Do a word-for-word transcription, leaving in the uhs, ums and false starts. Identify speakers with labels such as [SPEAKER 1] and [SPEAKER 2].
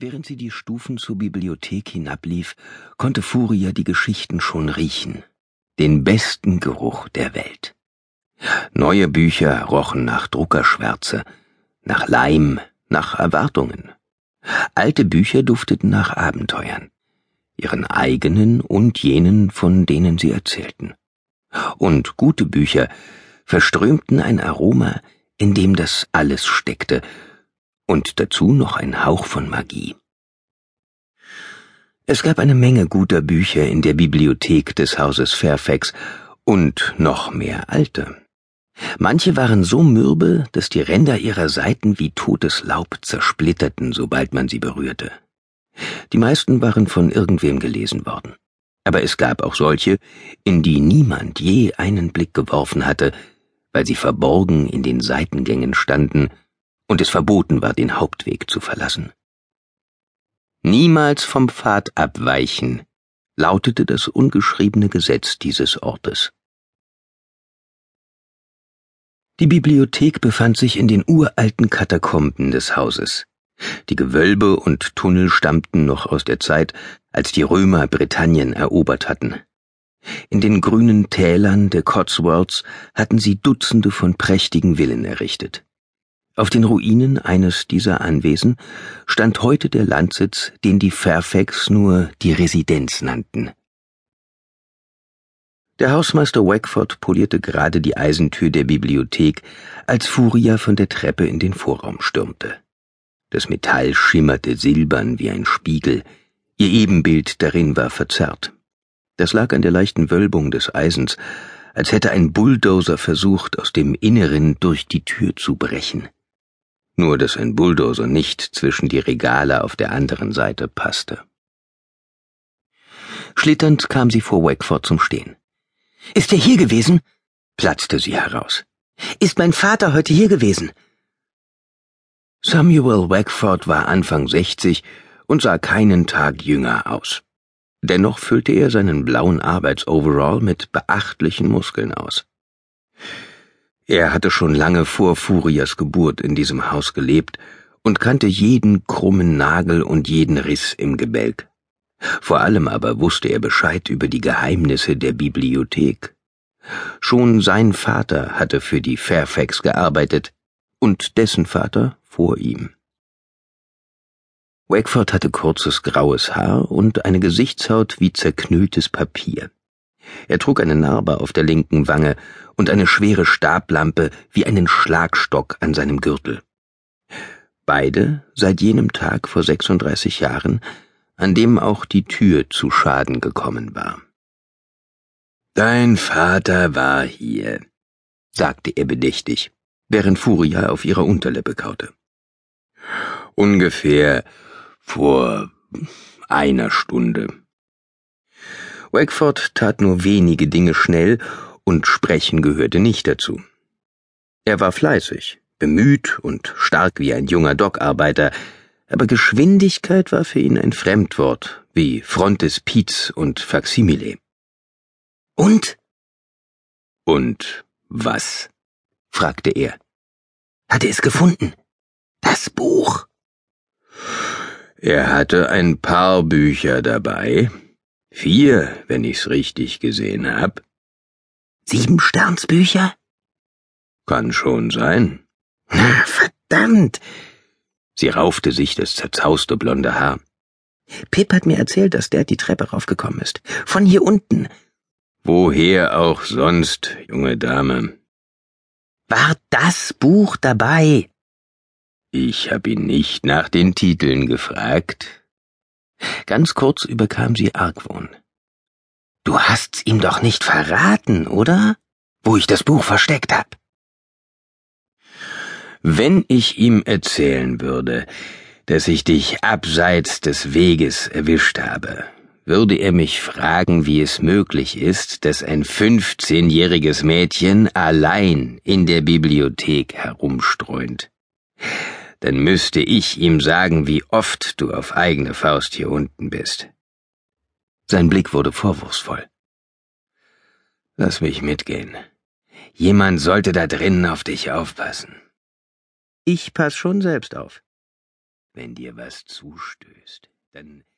[SPEAKER 1] Während sie die Stufen zur Bibliothek hinablief, konnte Furia die Geschichten schon riechen. Den besten Geruch der Welt. Neue Bücher rochen nach Druckerschwärze, nach Leim, nach Erwartungen. Alte Bücher dufteten nach Abenteuern, ihren eigenen und jenen, von denen sie erzählten. Und gute Bücher verströmten ein Aroma, in dem das alles steckte, und dazu noch ein Hauch von Magie. Es gab eine Menge guter Bücher in der Bibliothek des Hauses Fairfax und noch mehr alte. Manche waren so mürbe, dass die Ränder ihrer Seiten wie totes Laub zersplitterten, sobald man sie berührte. Die meisten waren von irgendwem gelesen worden. Aber es gab auch solche, in die niemand je einen Blick geworfen hatte, weil sie verborgen in den Seitengängen standen und es verboten war, den Hauptweg zu verlassen. Niemals vom Pfad abweichen, lautete das ungeschriebene Gesetz dieses Ortes. Die Bibliothek befand sich in den uralten Katakomben des Hauses. Die Gewölbe und Tunnel stammten noch aus der Zeit, als die Römer Britannien erobert hatten. In den grünen Tälern der Cotswolds hatten sie Dutzende von prächtigen Villen errichtet. Auf den Ruinen eines dieser Anwesen stand heute der Landsitz, den die Fairfax nur die Residenz nannten. Der Hausmeister Wackford polierte gerade die Eisentür der Bibliothek, als Furia von der Treppe in den Vorraum stürmte. Das Metall schimmerte silbern wie ein Spiegel, ihr Ebenbild darin war verzerrt. Das lag an der leichten Wölbung des Eisens, als hätte ein Bulldozer versucht, aus dem Inneren durch die Tür zu brechen. Nur dass ein Bulldozer nicht zwischen die Regale auf der anderen Seite passte. Schlitternd kam sie vor Wackford zum Stehen. »Ist er hier gewesen?« platzte sie heraus. »Ist mein Vater heute hier gewesen?« Samuel Wackford war Anfang sechzig und sah keinen Tag jünger aus. Dennoch füllte er seinen blauen Arbeitsoverall mit beachtlichen Muskeln aus. Er hatte schon lange vor Furias Geburt in diesem Haus gelebt und kannte jeden krummen Nagel und jeden Riss im Gebälk. Vor allem aber wusste er Bescheid über die Geheimnisse der Bibliothek. Schon sein Vater hatte für die Fairfax gearbeitet und dessen Vater vor ihm. Wackford hatte kurzes graues Haar und eine Gesichtshaut wie zerknülltes Papier. Er trug eine Narbe auf der linken Wange und eine schwere Stablampe wie einen Schlagstock an seinem Gürtel. Beide seit jenem Tag vor sechsunddreißig Jahren, an dem auch die Tür zu Schaden gekommen war. »Dein Vater war hier«, sagte er bedächtig, während Furia auf ihrer Unterlippe kaute. »Ungefähr vor einer Stunde.« Wackford tat nur wenige Dinge schnell, und Sprechen gehörte nicht dazu. Er war fleißig, bemüht und stark wie ein junger Dockarbeiter, aber Geschwindigkeit war für ihn ein Fremdwort, wie Frontispiz und Faksimile. »Und?« »Und was?« fragte er. »Hat er es gefunden? Das Buch?« »Er hatte ein paar Bücher dabei. Vier, wenn ich's richtig gesehen hab.« »Siebensternsbücher?« »Kann schon sein.«
[SPEAKER 2] »Na, verdammt!«
[SPEAKER 1] Sie raufte sich das zerzauste blonde Haar.
[SPEAKER 2] »Pip hat mir erzählt, dass Dad die Treppe raufgekommen ist. Von hier unten.«
[SPEAKER 1] »Woher auch sonst, junge Dame?«
[SPEAKER 2] »War das Buch dabei?«
[SPEAKER 1] »Ich hab ihn nicht nach den Titeln gefragt.«
[SPEAKER 2] Ganz kurz überkam sie Argwohn. »Du hast's ihm doch nicht verraten, oder? Wo ich das Buch versteckt hab?«
[SPEAKER 1] »Wenn ich ihm erzählen würde, dass ich dich abseits des Weges erwischt habe, würde er mich fragen, wie es möglich ist, dass ein fünfzehnjähriges Mädchen allein in der Bibliothek herumstreunt. Dann müsste ich ihm sagen, wie oft du auf eigene Faust hier unten bist.« Sein Blick wurde vorwurfsvoll. »Lass mich mitgehen. Jemand sollte da drinnen auf dich aufpassen.«
[SPEAKER 2] »Ich pass schon selbst auf.«
[SPEAKER 1] Wenn dir was zustößt, dann